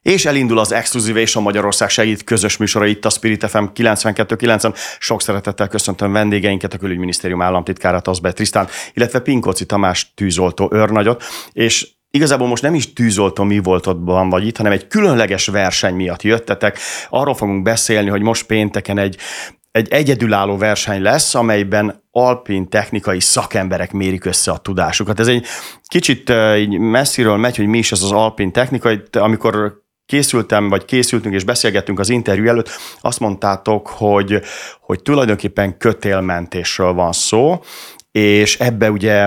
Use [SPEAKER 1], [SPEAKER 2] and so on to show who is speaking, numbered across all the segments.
[SPEAKER 1] És elindul az Exclusivation Magyarország segít közös műsora itt a Spirit FM 92.9-en. Sok szeretettel köszöntöm vendégeinket, a Külügyminisztérium államtitkárát, Azbej Trisztánt, illetve Pinkoczy Tamás tűzoltó őrnagyot. És igazából most nem is tűzoltó mi voltotban vagy itt, hanem egy különleges verseny miatt jöttetek. Arról fogunk beszélni, hogy most pénteken egy egyedülálló verseny lesz, amelyben alpin technikai szakemberek mérik össze a tudásukat. Ez egy kicsit így messziről megy, hogy mi is ez az alpin technika. Amikor készültünk és beszélgettünk az interjú előtt, azt mondtátok, hogy tulajdonképpen kötélmentésről van szó, és ebbe ugye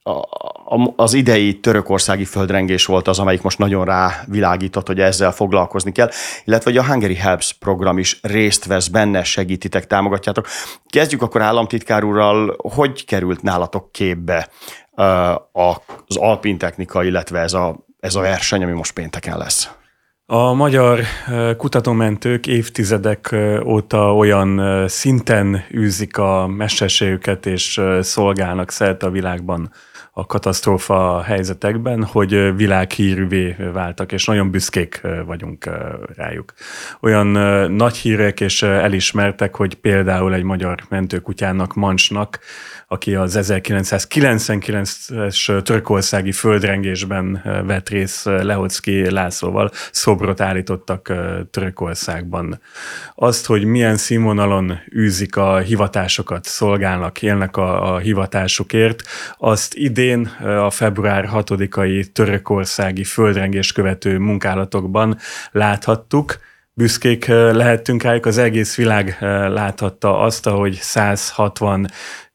[SPEAKER 1] az idei törökországi földrengés volt az, amelyik most nagyon rávilágított, hogy ezzel foglalkozni kell, illetve hogy a Hungary Helps program is részt vesz benne, segítitek, támogatjátok. Kezdjük akkor államtitkár úrral, hogy került nálatok képbe az alpin technika, illetve ez a verseny, ami most pénteken lesz?
[SPEAKER 2] A magyar kutatómentők évtizedek óta olyan szinten űzik a mesterségüket és szolgálnak szerte a világban a katasztrófa helyzetekben, hogy világhírűvé váltak, és nagyon büszkék vagyunk rájuk. Olyan nagy hírek és elismertek, hogy például egy magyar mentőkutyának, Mancsnak, aki az 1999-es törökországi földrengésben vett részt Lehocki Lászlóval, szobrot állítottak Törökországban. Azt, hogy milyen színvonalon űzik a hivatásokat, szolgálnak, élnek a hivatásukért, azt idén a február 6-ai törökországi földrengés követő munkálatokban láthattuk. Büszkék lehettünk rájuk, az egész világ láthatta azt, ahogy 167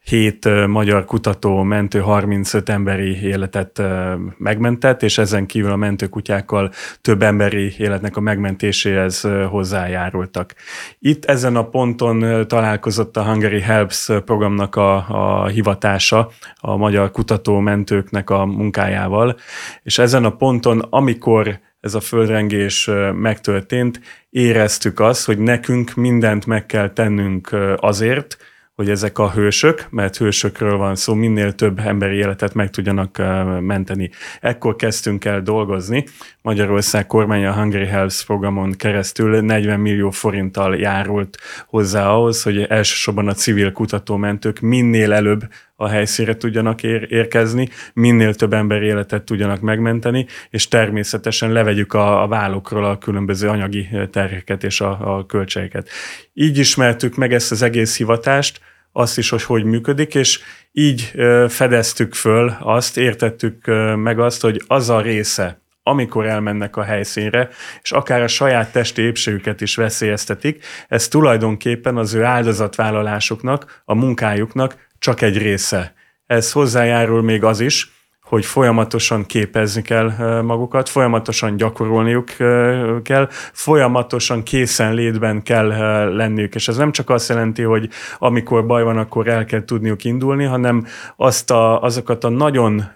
[SPEAKER 2] magyar kutató, mentő 35 emberi életet megmentett, és ezen kívül a mentőkutyákkal több emberi életnek a megmentéséhez hozzájárultak. Itt ezen a ponton találkozott a Hungary Helps programnak a hivatása a magyar kutató-mentőknek a munkájával, és ezen a ponton, amikor ez a földrengés megtörtént, éreztük azt, hogy nekünk mindent meg kell tennünk azért, hogy ezek a hősök, mert hősökről van szó, minél több emberi életet meg tudjanak menteni. Ekkor kezdtünk el dolgozni. Magyarország kormánya a Hungary Helps programon keresztül 40 millió forinttal járult hozzá ahhoz, hogy elsősorban a civil kutatómentők minél előbb a helyszínre tudjanak érkezni, minél több emberi életet tudjanak megmenteni, és természetesen levegyük a vállukról a különböző anyagi terheket és a költségeket. Így ismertük meg ezt az egész hivatást, azt is, hogy működik, és így fedeztük föl azt, értettük meg azt, hogy az a része, amikor elmennek a helyszínre, és akár a saját testi épségüket is veszélyeztetik, ez tulajdonképpen az ő áldozatvállalásuknak, a munkájuknak csak egy része. Ez hozzájárul még az is, hogy folyamatosan képezni kell magukat, folyamatosan gyakorolniuk kell, folyamatosan készenlétben kell lenniük. És ez nem csak azt jelenti, hogy amikor baj van, akkor el kell tudniuk indulni, hanem azokat a nagyon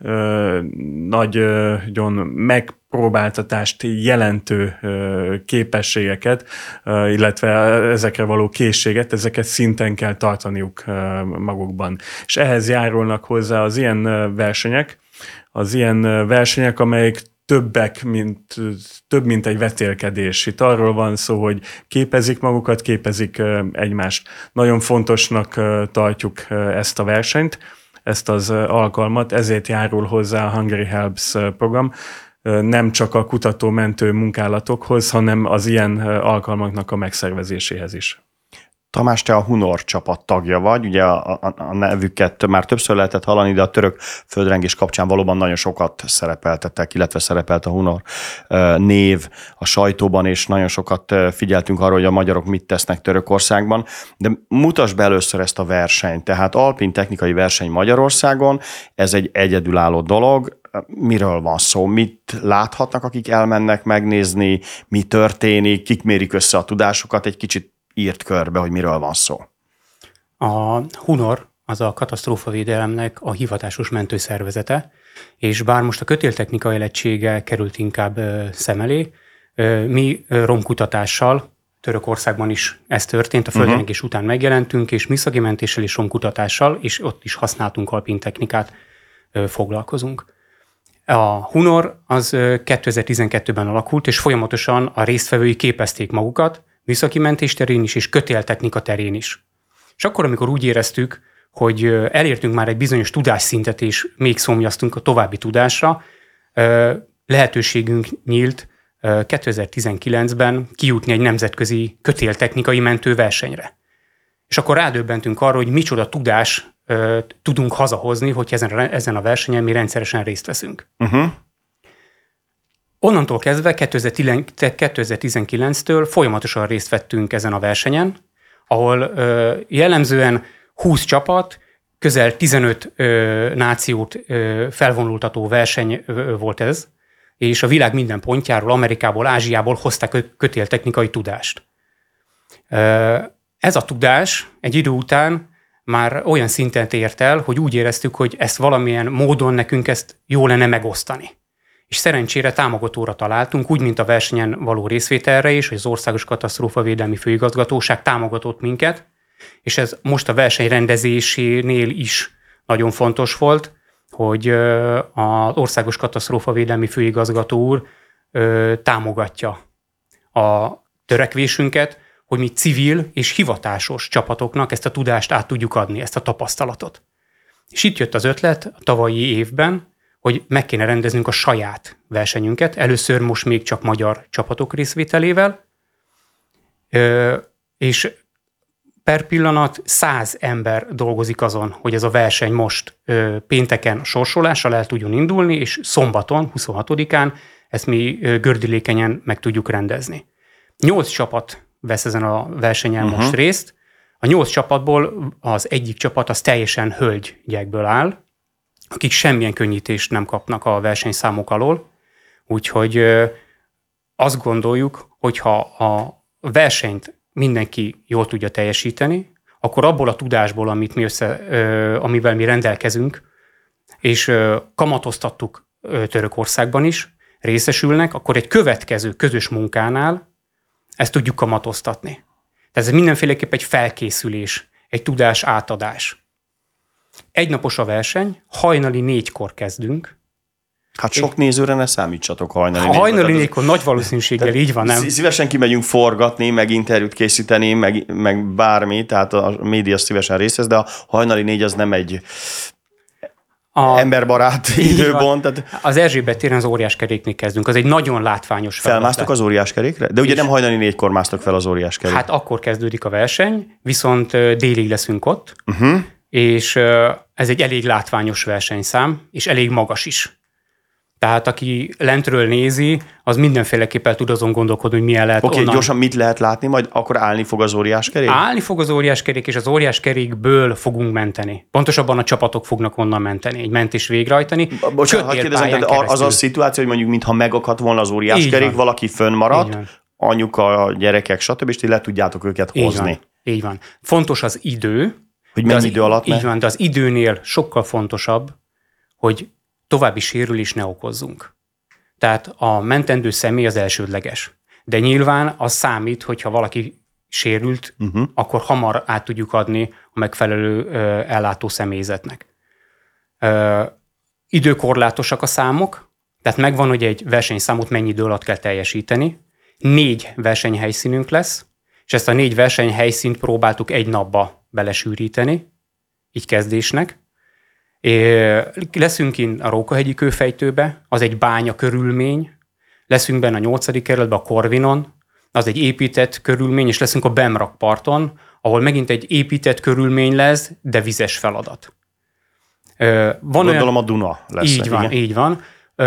[SPEAKER 2] megpróbáltatást jelentő képességeket, illetve ezekre való készséget, ezeket szinten kell tartaniuk magukban. És ehhez járulnak hozzá az ilyen versenyek, amelyek több, mint egy vetélkedés. Itt arról van szó, hogy képezik magukat, képezik egymást. Nagyon fontosnak tartjuk ezt a versenyt, ezt az alkalmat, ezért járul hozzá a Hungary Helps program, nem csak a kutató-mentő munkálatokhoz, hanem az ilyen alkalmaknak a megszervezéséhez is.
[SPEAKER 1] Tamás, te a Hunor csapat tagja vagy, ugye a nevüket már többször lehetett hallani, de a török földrengés kapcsán valóban nagyon sokat szerepeltetek, illetve szerepelt a Hunor név a sajtóban, és nagyon sokat figyeltünk arra, hogy a magyarok mit tesznek Törökországban. De mutasd be először ezt a versenyt, tehát alpin technikai verseny Magyarországon, ez egy egyedülálló dolog. Miről van szó? Mit láthatnak, akik elmennek megnézni, mi történik, kik mérik össze a tudásukat, egy kicsit írt körbe, hogy miről van szó.
[SPEAKER 3] A Hunor az a katasztrófavédelemnek a hivatásos mentőszervezete, és bár most a kötéltechnika érettsége került inkább szem elé, mi romkutatással, Törökországban is ez történt, a földrengés után megjelentünk, és műszaki mentéssel és romkutatással, és ott is használtunk alpin technikát, foglalkozunk. A Hunor az 2012-ben alakult, és folyamatosan a résztvevői képezték magukat, műszaki mentés terén is, és kötéltechnika terén is. És akkor, amikor úgy éreztük, hogy elértünk már egy bizonyos tudásszintet, és még szomjaztunk a további tudásra, lehetőségünk nyílt 2019-ben kijutni egy nemzetközi kötéltechnikai mentőversenyre. És akkor rádöbbentünk arra, hogy micsoda tudás tudunk hazahozni, hogy ezen a versenyen mi rendszeresen részt veszünk. Onnantól kezdve 2019-től folyamatosan részt vettünk ezen a versenyen, ahol jellemzően 20 csapat, közel 15 nációt felvonultató verseny volt ez, és a világ minden pontjáról, Amerikából, Ázsiából hozták kötéltechnikai tudást. Ez a tudás egy idő után már olyan szinten ért el, hogy úgy éreztük, hogy ezt valamilyen módon nekünk ezt jó lenne megosztani. És szerencsére támogatóra találtunk, úgy, mint a versenyen való részvételre is, hogy az Országos Katasztrófavédelmi Főigazgatóság támogatott minket, és ez most a verseny rendezésénél is nagyon fontos volt, hogy az Országos Katasztrófavédelmi Főigazgató úr támogatja a törekvésünket, hogy mi civil és hivatásos csapatoknak ezt a tudást át tudjuk adni, ezt a tapasztalatot. És itt jött az ötlet a tavalyi évben, hogy meg kéne rendeznünk a saját versenyünket, először most még csak magyar csapatok részvételével, és per pillanat 100 ember dolgozik azon, hogy ez a verseny most pénteken sorsolással el tudjon indulni, és szombaton, 26-án ezt mi gördülékenyen meg tudjuk rendezni. 8 csapat vesz ezen a versenyen most részt. A 8 csapatból az egyik csapat az teljesen hölgyekből áll, akik semmilyen könnyítést nem kapnak a versenyszámok alól. Úgyhogy azt gondoljuk, hogyha a versenyt mindenki jól tudja teljesíteni, akkor abból a tudásból, amivel mi rendelkezünk, és kamatoztattuk Törökországban is, részesülnek, akkor egy következő közös munkánál ezt tudjuk kamatoztatni. Tehát ez mindenféleképp egy felkészülés, egy tudás átadás. Egynapos a verseny, hajnali 4-kor kezdünk.
[SPEAKER 1] Hát sok nézőre ne számítsatok hajnali 4-kor.
[SPEAKER 3] Hajnali 4-kor nagy valószínűséggel így van, nem?
[SPEAKER 1] Szívesen kimegyünk forgatni, meg interjút készíteni, meg bármi, tehát a média szívesen részt vesz, de a hajnali 4 az nem egy emberbarát időpont. Tehát...
[SPEAKER 3] Az Erzsébet téren az óriáskeréknél kezdünk, az egy nagyon látványos feladat.
[SPEAKER 1] Felmásztok az óriáskerékre? De ugye nem hajnali 4-kor másztok fel az óriáskerék.
[SPEAKER 3] Hát akkor kezdődik a verseny, viszont délig leszünk ott, és ez egy elég látványos versenyszám, és elég magas is. Tehát aki lentről nézi, az mindenféleképpen tud azon gondolkodni, hogy milyen lehet
[SPEAKER 1] onnan. Gyorsan mit lehet látni, majd akkor állni fog az óriáskerék?
[SPEAKER 3] Állni fog az óriáskerék, és az óriáskerékből fogunk menteni. Pontosabban a csapatok fognak onnan menteni, egy mentés végrehajtani.
[SPEAKER 1] Bocsánat, hadd kérdezem, de az a szituáció, hogy mondjuk mintha megakadt volna az óriáskerék, valaki fönnmaradt, anyuka, gyerekek, stb. És ti le tudjátok őket hozni.
[SPEAKER 3] Így van. Fontos az idő.
[SPEAKER 1] Hogy mennyi idő alatt?
[SPEAKER 3] Így van, de az időnél sokkal fontosabb, hogy további sérülést ne okozzunk. Tehát a mentendő személy az elsődleges. De nyilván az számít, hogyha valaki sérült, akkor hamar át tudjuk adni a megfelelő ellátó személyzetnek. Időkorlátosak a számok, tehát megvan, hogy egy versenyszámot mennyi idő alatt kell teljesíteni. 4 versenyhelyszínünk lesz, és ezt a 4 versenyhelyszínt próbáltuk egy napba belesűríteni, így kezdésnek. Leszünk kint a Rókahegyi kőfejtőbe, az egy bánya körülmény, leszünk benne a 8. kerületben a Korvinon, az egy épített körülmény, és leszünk a Bemrak parton, ahol megint egy épített körülmény lesz, de vizes feladat.
[SPEAKER 1] Gondolom a Duna lesz.
[SPEAKER 3] Így van.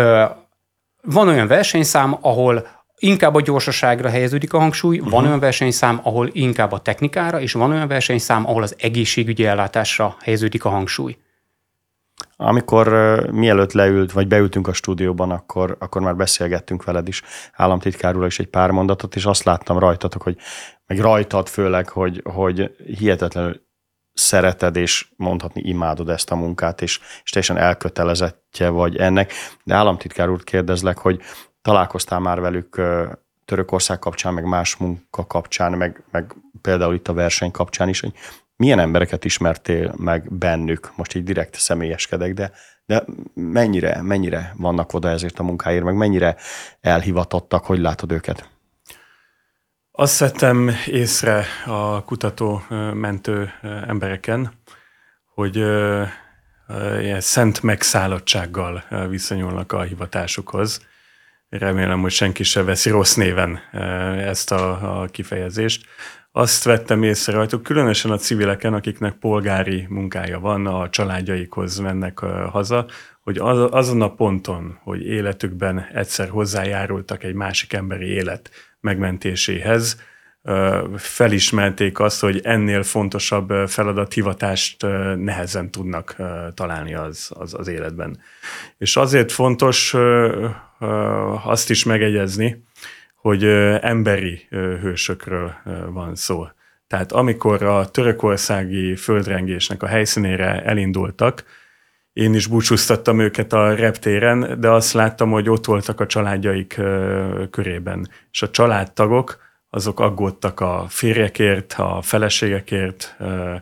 [SPEAKER 3] Van olyan versenyszám, ahol inkább a gyorsaságra helyeződik a hangsúly, van olyan versenyszám, ahol inkább a technikára, és van olyan versenyszám, ahol az egészségügyi ellátásra helyeződik a hangsúly.
[SPEAKER 1] Amikor mielőtt leült, vagy beültünk a stúdióban, akkor már beszélgettünk veled is, államtitkár úrral is egy pár mondatot, és azt láttam rajtatok, meg rajtad főleg, hogy hihetetlenül szereted, és mondhatni imádod ezt a munkát, és teljesen elkötelezettje vagy ennek. De államtitkár úr, kérdezlek, hogy találkoztál már velük Törökország kapcsán, meg más munka kapcsán, meg például itt a verseny kapcsán is, hogy milyen embereket ismertél meg bennük? Most így direkt személyeskedek, de De mennyire vannak oda ezért a munkáért, meg mennyire elhivatottak, hogy látod őket?
[SPEAKER 2] Azt vettem észre a kutató-mentő embereken, hogy ilyen szent megszállottsággal viszonyulnak a hivatásukhoz. Remélem, hogy senki se veszi rossz néven ezt a kifejezést. Azt vettem észre rajtuk, különösen a civileken, akiknek polgári munkája van, a családjaikhoz mennek haza, hogy azon a ponton, hogy életükben egyszer hozzájárultak egy másik emberi élet megmentéséhez, felismerték azt, hogy ennél fontosabb feladathivatást nehezen tudnak találni az életben. És azért fontos azt is megegyezni, hogy emberi hősökről van szó. Tehát amikor a törökországi földrengésnek a helyszínére elindultak, én is búcsúztattam őket a reptéren, de azt láttam, hogy ott voltak a családjaik körében. És a családtagok azok aggódtak a férjekért, a feleségekért,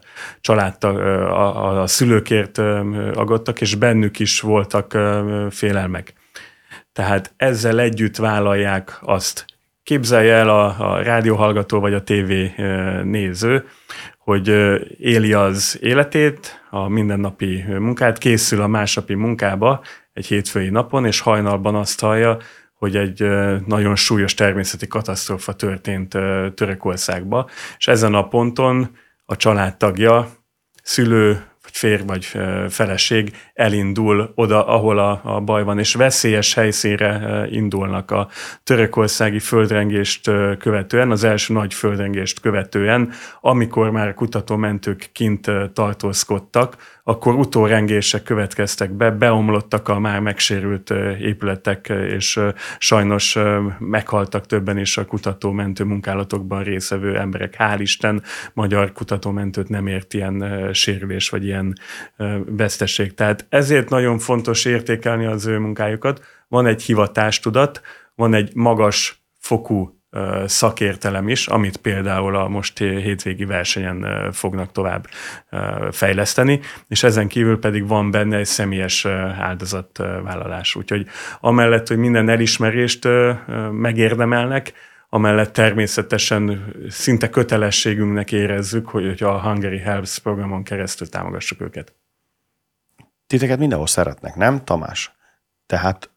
[SPEAKER 2] a szülőkért aggódtak, és bennük is voltak félelmek. Tehát ezzel együtt vállalják azt. Képzelje el a rádióhallgató vagy a tévé néző, hogy éli az életét, a mindennapi munkát, készül a másnapi munkába egy hétfői napon, és hajnalban azt hallja, hogy egy nagyon súlyos természeti katasztrófa történt Törökországba, és ezen a ponton a családtagja, szülő, vagy férj, vagy feleség elindul oda, ahol a baj van, és veszélyes helyszínre indulnak a törökországi földrengést követően, az első nagy földrengést követően, amikor már kutatómentők kint tartózkodtak, akkor utórengések következtek be, beomlottak a már megsérült épületek, és sajnos meghaltak többen is a kutatómentő munkálatokban résztvevő emberek. Hál' Isten, magyar kutatómentőt nem ért ilyen sérülés, vagy ilyen veszteség. Tehát ezért nagyon fontos értékelni az ő munkájukat. Van egy hivatástudat, van egy magas fokú szakértelem is, amit például a most hétvégi versenyen fognak tovább fejleszteni, és ezen kívül pedig van benne egy személyes áldozatvállalás. Úgyhogy amellett, hogy minden elismerést megérdemelnek, amellett természetesen szinte kötelességünknek érezzük, hogy a Hungary Helps programon keresztül támogassuk őket.
[SPEAKER 1] Titeket mindenhol szeretnek, nem, Tamás? Tehát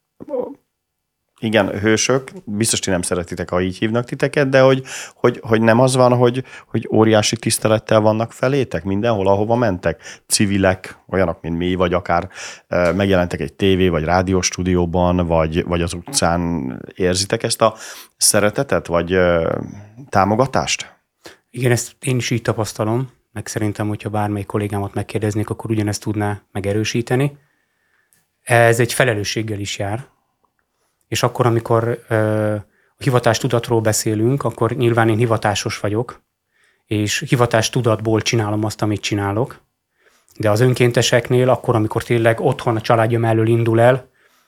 [SPEAKER 1] igen, hősök, biztos ti nem szeretitek, ha így hívnak titeket, de hogy nem az van, hogy óriási tisztelettel vannak felétek mindenhol, ahova mentek. Civilek, olyanok, mint mi, vagy akár megjelentek egy tévé vagy rádiós stúdióban, vagy az utcán. Érzitek ezt a szeretetet, vagy támogatást?
[SPEAKER 3] Igen, ezt én is így tapasztalom, meg szerintem, hogyha bármelyik kollégámat megkérdeznék, akkor ugyanezt tudná megerősíteni. Ez egy felelősséggel is jár. És akkor, amikor a hivatástudatról beszélünk, akkor nyilván én hivatásos vagyok, és hivatástudatból csinálom azt, amit csinálok. De az önkénteseknél akkor, amikor tényleg otthon a családja mellől indul el,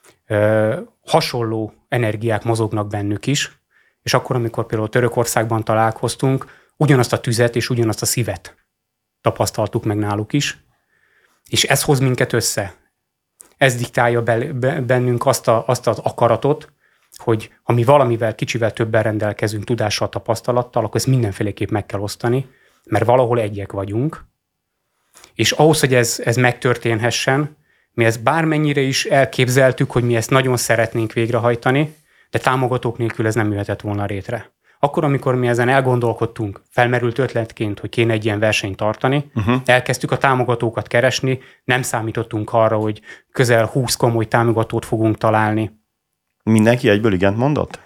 [SPEAKER 3] hasonló energiák mozognak bennük is, és akkor, amikor például Törökországban találkoztunk, ugyanazt a tüzet és ugyanazt a szívet tapasztaltuk meg náluk is, és ez hoz minket össze. Ez diktálja bennünk azt az akaratot, hogy ha mi valamivel kicsivel többen rendelkezünk tudással, tapasztalattal, akkor ezt mindenféleképp meg kell osztani, mert valahol egyek vagyunk. És ahhoz, hogy ez megtörténhessen, mi ezt bármennyire is elképzeltük, hogy mi ezt nagyon szeretnénk végrehajtani, de támogatók nélkül ez nem jöhetett volna létre. Akkor, amikor mi ezen elgondolkodtunk, felmerült ötletként, hogy kéne egy ilyen versenyt tartani, elkezdtük a támogatókat keresni, nem számítottunk arra, hogy közel 20 komoly támogatót fogunk találni.
[SPEAKER 1] Mindenki egyből igent mondott?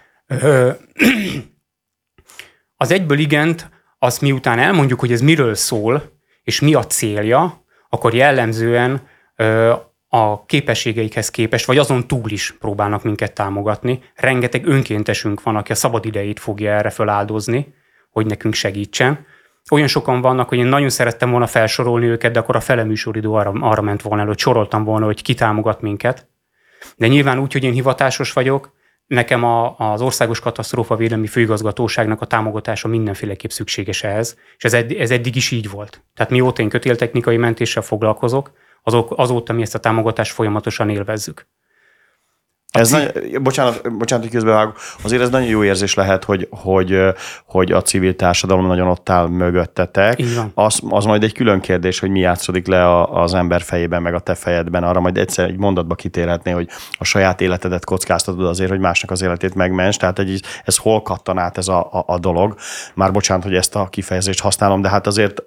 [SPEAKER 3] Az egyből igent, azt miután elmondjuk, hogy ez miről szól, és mi a célja, akkor jellemzően a képességeikhez képest, vagy azon túl is próbálnak minket támogatni. Rengeteg önkéntesünk van, aki a szabadidejét fogja erre feláldozni, hogy nekünk segítsen. Olyan sokan vannak, hogy én nagyon szerettem volna felsorolni őket, de akkor a fele műsoridő arra ment volna el, hogy soroltam volna, hogy ki támogat minket. De nyilván úgy, hogy én hivatásos vagyok, nekem az Országos Katasztrófavédelmi Főigazgatóságnak a támogatása mindenféleképp szükséges ehhez, és ez eddig is így volt. Tehát mióta én kötéltechnikai mentéssel foglalkozok, azóta mi ezt a támogatást folyamatosan élvezzük.
[SPEAKER 1] Bocsánat, hogy közbevágok. Azért ez nagyon jó érzés lehet, hogy a civil társadalom nagyon ott áll mögöttetek. Az majd egy külön kérdés, hogy mi játszódik le az ember fejében, meg a te fejedben. Arra majd egyszer egy mondatba kitérhetné, hogy a saját életedet kockáztatod azért, hogy másnak az életét megments. Tehát ez hol kattan át ez a dolog. Már bocsánat, hogy ezt a kifejezést használom, de hát azért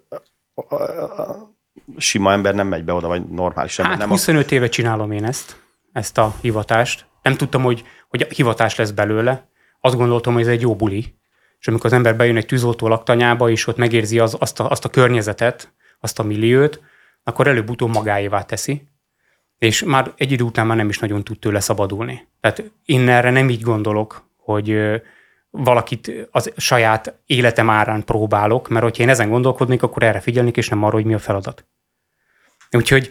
[SPEAKER 1] sima ember nem megy be oda, vagy normális ember.
[SPEAKER 3] Hát 25 éve csinálom én ezt a hivatást. Nem tudtam, hogy hivatás lesz belőle. Azt gondoltam, hogy ez egy jó buli. És amikor az ember bejön egy tűzoltó laktanyába, és ott megérzi azt a környezetet, azt a milliót, akkor előbb-utóbb magáévá teszi. És már egy idő után már nem is nagyon tud tőle szabadulni. Tehát én erre nem így gondolok, hogy valakit az saját életem árán próbálok, mert hogyha én ezen gondolkodnék, akkor erre figyelnék, és nem arra, hogy mi a feladat. Úgyhogy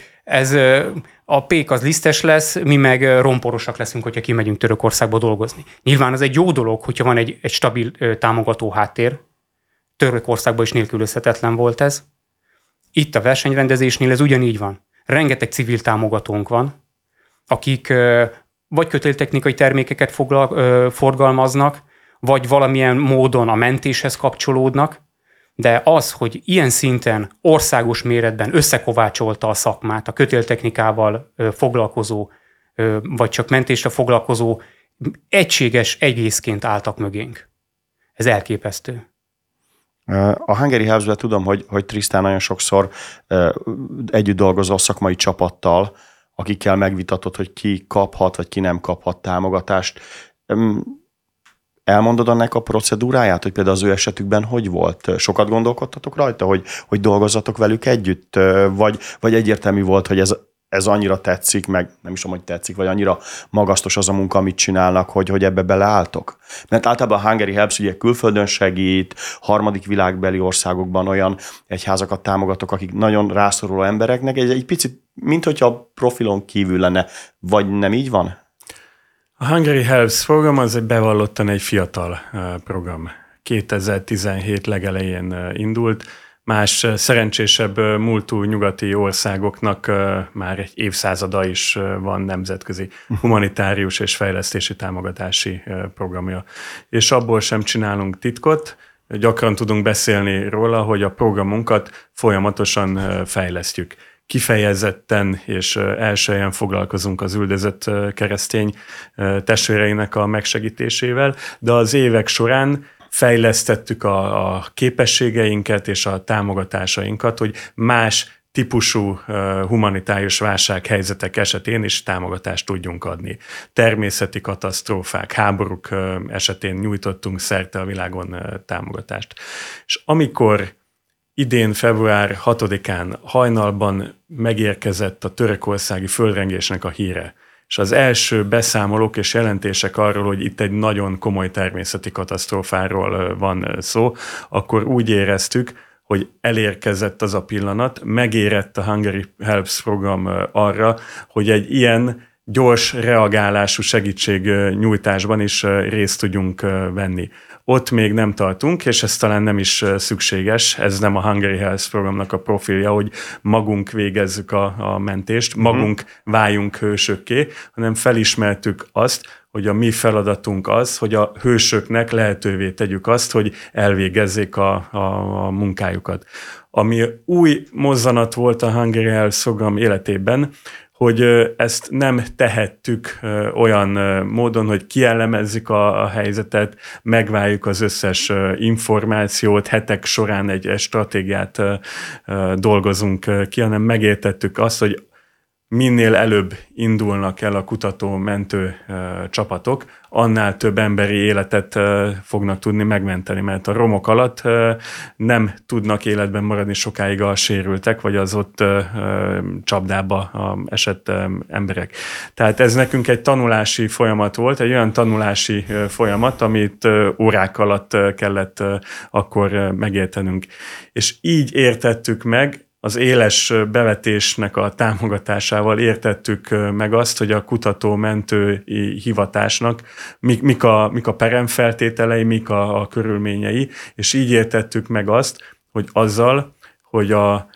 [SPEAKER 3] a pék az lisztes lesz, mi meg romporosak leszünk, hogyha kimegyünk Törökországba dolgozni. Nyilván az egy jó dolog, hogyha van egy stabil támogató háttér. Törökországban is nélkülözhetetlen volt ez. Itt a versenyrendezésnél ez ugyanígy van. Rengeteg civil támogatónk van, akik vagy kötéltechnikai termékeket forgalmaznak, vagy valamilyen módon a mentéshez kapcsolódnak, de az, hogy ilyen szinten országos méretben összekovácsolta a szakmát, a kötéltechnikával foglalkozó, vagy csak mentésre foglalkozó egységes egészként álltak mögénk. Ez elképesztő.
[SPEAKER 1] A Hungary Helps-ben tudom, hogy Trisztán nagyon sokszor együtt dolgozol szakmai csapattal, akikkel megvitatod, hogy ki kaphat, vagy ki nem kaphat támogatást. Elmondod annak a procedúráját, hogy például az ő esetükben hogy volt? Sokat gondolkodtatok rajta, hogy dolgozzatok velük együtt? Vagy egyértelmű volt, hogy ez annyira tetszik, meg nem is tudom, hogy tetszik, vagy annyira magasztos az a munka, amit csinálnak, hogy ebbe beleálltok? Mert általában a Hungary Helps ugye külföldön segít, harmadik világbeli országokban olyan egyházakat támogatok, akik nagyon rászoruló embereknek. Egy picit, mint hogyha a profilon kívül lenne, vagy nem így van?
[SPEAKER 2] A Hungary Helps program az bevallottan egy fiatal program. 2017 legelején indult. Más szerencsésebb múltú nyugati országoknak már egy évszázada is van nemzetközi humanitárius és fejlesztési támogatási programja. És abból sem csinálunk titkot, gyakran tudunk beszélni róla, hogy a programunkat folyamatosan fejlesztjük. Kifejezetten és elsően foglalkozunk az üldözött keresztény testvéreinek a megsegítésével, de az évek során fejlesztettük a képességeinket és a támogatásainkat, hogy más típusú humanitárius válsághelyzetek esetén is támogatást tudjunk adni. Természeti katasztrófák, háborúk esetén nyújtottunk szerte a világon támogatást. És amikor idén február 6-án hajnalban megérkezett a törökországi földrengésnek a híre, és az első beszámolók és jelentések arról, hogy itt egy nagyon komoly természeti katasztrófáról van szó, akkor úgy éreztük, hogy elérkezett az a pillanat, megérett a Hungary Helps program arra, hogy egy ilyen gyors reagálású segítségnyújtásban is részt tudjunk venni. Ott még nem tartunk, és ez talán nem is szükséges, ez nem a Hungary Helps programnak a profilja, hogy magunk végezzük a mentést, magunk váljunk hősökké, hanem felismertük azt, hogy a mi feladatunk az, hogy a hősöknek lehetővé tegyük azt, hogy elvégezzék a munkájukat. Ami új mozzanat volt a Hungary Helps program életében, hogy ezt nem tehettük olyan módon, hogy kielemezzük a helyzetet, megváljuk az összes információt, hetek során egy stratégiát dolgozunk ki, hanem megértettük azt, hogy minél előbb indulnak el a kutató-mentő csapatok, annál több emberi életet fognak tudni megmenteni, mert a romok alatt nem tudnak életben maradni sokáig a sérültek, vagy az ott csapdába esett emberek. Tehát ez nekünk egy tanulási folyamat volt, egy olyan tanulási folyamat, amit órák alatt kellett akkor megértenünk. És így értettük meg, az éles bevetésnek a támogatásával értettük meg azt, hogy a kutató-mentő hivatásnak mik a peremfeltételei, mik a körülményei, és így értettük meg azt, hogy azzal, hogy a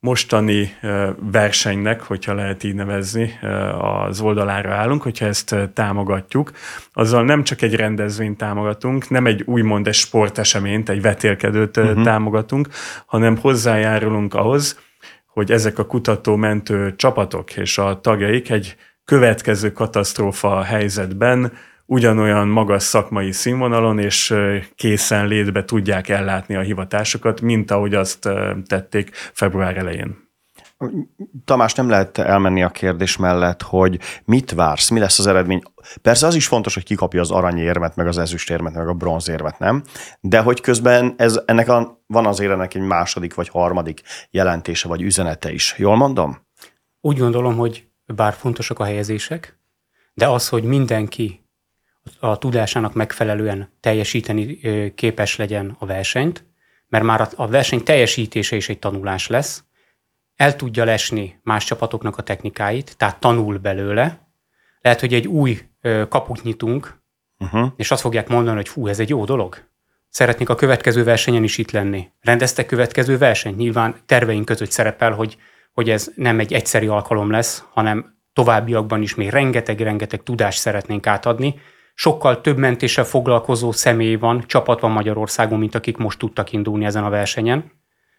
[SPEAKER 2] mostani versenynek, hogyha lehet így nevezni, az oldalára állunk, hogyha ezt támogatjuk, azzal nem csak egy rendezvényt támogatunk, nem egy úgymond egy sporteseményt, egy vetélkedőt támogatunk, hanem hozzájárulunk ahhoz, hogy ezek a kutató-mentő csapatok és a tagjaik egy következő katasztrófa helyzetben ugyanolyan magas szakmai színvonalon és készenlétbe tudják ellátni a hivatásokat, mint ahogy azt tették február elején.
[SPEAKER 1] Tamás, nem lehet elmenni a kérdés mellett, hogy mit vársz, mi lesz az eredmény. Persze az is fontos, hogy ki kapja az aranyérmet, meg az ezüstérmet, meg a bronzérmet, nem? De hogy közben van azért ennek egy második vagy harmadik jelentése vagy üzenete is. Jól mondom?
[SPEAKER 3] Úgy gondolom, hogy bár fontosak a helyezések, de az, hogy mindenki a tudásának megfelelően teljesíteni képes legyen a versenyt, mert már a verseny teljesítése is egy tanulás lesz, el tudja lesni más csapatoknak a technikáit, tehát tanul belőle. Lehet, hogy egy új kaput nyitunk, és azt fogják mondani, hogy fú, ez egy jó dolog. Szeretnék a következő versenyen is itt lenni. Rendeztek következő versenyt? Nyilván terveink között szerepel, hogy ez nem egy egyszeri alkalom lesz, hanem továbbiakban is még rengeteg tudást szeretnénk átadni. Sokkal több mentéssel foglalkozó személy van, csapat van Magyarországon, mint akik most tudtak indulni ezen a versenyen.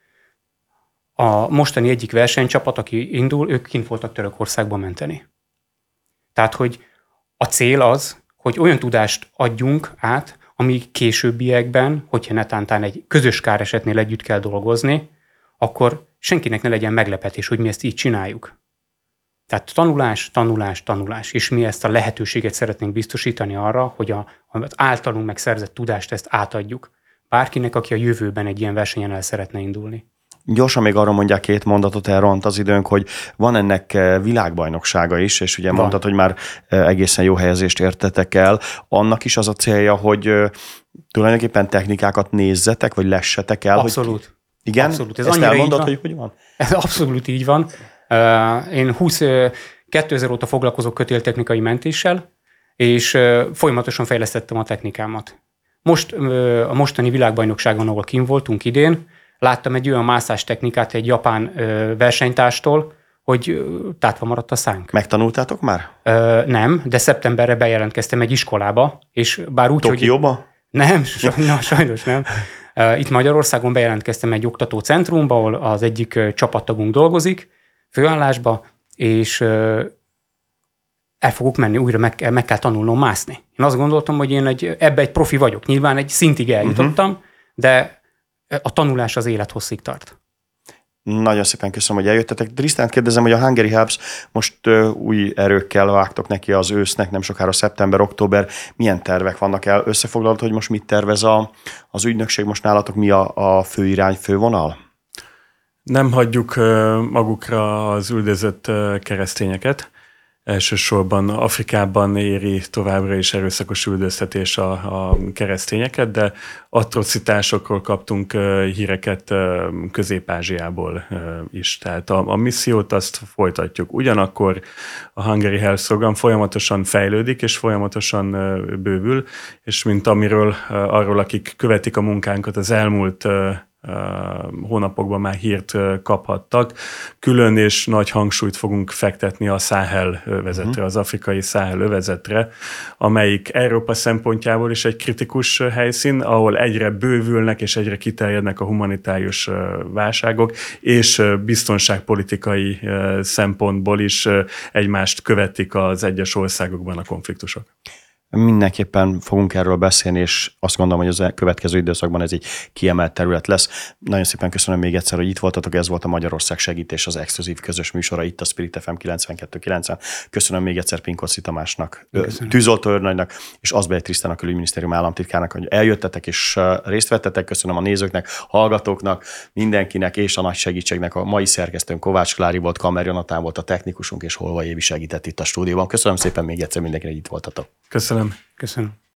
[SPEAKER 3] A mostani egyik versenycsapat, aki indul, ők kint voltak Törökországba menteni. Tehát, hogy a cél az, hogy olyan tudást adjunk át, ami későbbiekben, hogyha netántán egy közös káresetnél együtt kell dolgozni, akkor senkinek ne legyen meglepetés, hogy mi ezt így csináljuk. Tehát tanulás, és mi ezt a lehetőséget szeretnénk biztosítani arra, hogy az általunk megszerzett tudást ezt átadjuk bárkinek, aki a jövőben egy ilyen versenyen el szeretne indulni.
[SPEAKER 1] Gyorsan még arra mondják 2 mondatot, elront az időnk, hogy van ennek világbajnoksága is, és ugye mondtad, hogy már egészen jó helyezést értetek el. Annak is az a célja, hogy tulajdonképpen technikákat nézzetek, vagy lessetek el.
[SPEAKER 3] Abszolút.
[SPEAKER 1] Hogy... Igen?
[SPEAKER 3] Abszolút.
[SPEAKER 1] Ezt elmondod, hogy van?
[SPEAKER 3] Ez abszolút így van. Én 2000 óta foglalkozok kötéltechnikai mentéssel, és folyamatosan fejlesztettem a technikámat. Most a mostani világbajnokságon, ahol kint voltunk idén, láttam egy olyan mászástechnikát egy japán versenytárstól, hogy tátva maradt a szánk.
[SPEAKER 1] Megtanultátok már?
[SPEAKER 3] Nem, de szeptemberre bejelentkeztem egy iskolába, és bár úgy,
[SPEAKER 1] Tokióba?
[SPEAKER 3] Hogy... Nem, sajnos nem. Itt Magyarországon bejelentkeztem egy oktatócentrumba, ahol az egyik csapattagunk dolgozik, főállásba, és el fogok menni, újra meg kell tanulnom mászni. Én azt gondoltam, hogy én ebbe egy profi vagyok. Nyilván egy szintig eljutottam, de a tanulás az élethosszig tart.
[SPEAKER 1] Nagyon szépen köszönöm, hogy eljöttetek. Tristánt kérdezem, hogy a Hungary Hubs most új erőkkel vágtok neki az ősznek, nem sokára szeptember-október. Milyen tervek vannak el? Összefoglalod, hogy most mit tervez az ügynökség most nálatok? Mi a fő irány, fővonal?
[SPEAKER 2] Nem hagyjuk magukra az üldözött keresztényeket. Elsősorban Afrikában éri továbbra is erőszakos üldöztetés a keresztényeket, de atrocitásokról kaptunk híreket Közép-Ázsiából is. Tehát a missziót azt folytatjuk. Ugyanakkor a Hungary Health program folyamatosan fejlődik, és folyamatosan bővül, és mint arról, akik követik a munkánkat, az elmúlt hónapokban már hírt kaphattak. Külön és nagy hangsúlyt fogunk fektetni a Száhel övezetre, az afrikai Száhel övezetre, amelyik Európa szempontjából is egy kritikus helyszín, ahol egyre bővülnek és egyre kiterjednek a humanitárius válságok, és biztonságpolitikai szempontból is egymást követik az egyes országokban a konfliktusok.
[SPEAKER 1] Mindenképpen fogunk erről beszélni, és azt gondolom, hogy az következő időszakban ez egy kiemelt terület lesz. Nagyon szépen köszönöm még egyszer, hogy itt voltatok, ez volt a Magyarország Segítés, az exkluzív közös műsora itt a Spirit FM 92.9-en. Köszönöm még egyszer Pinkoczy Tamásnak, Tűzoltó őrnagynak, és Azbej Trisztának, a külügyminisztérium államtitkárnak, hogy eljöttetek és részt vettetek. Köszönöm a nézőknek, hallgatóknak, mindenkinek, és a nagy segítségnek. A mai szerkesztőnk Kovács Klári volt, Kammer Jonatán volt a technikusunk, és Holvai Évi segített itt a stúdióban. Köszönöm szépen még egyszer mindenkinek, hogy itt voltatok.
[SPEAKER 2] Köszönöm.
[SPEAKER 3] Köszönöm.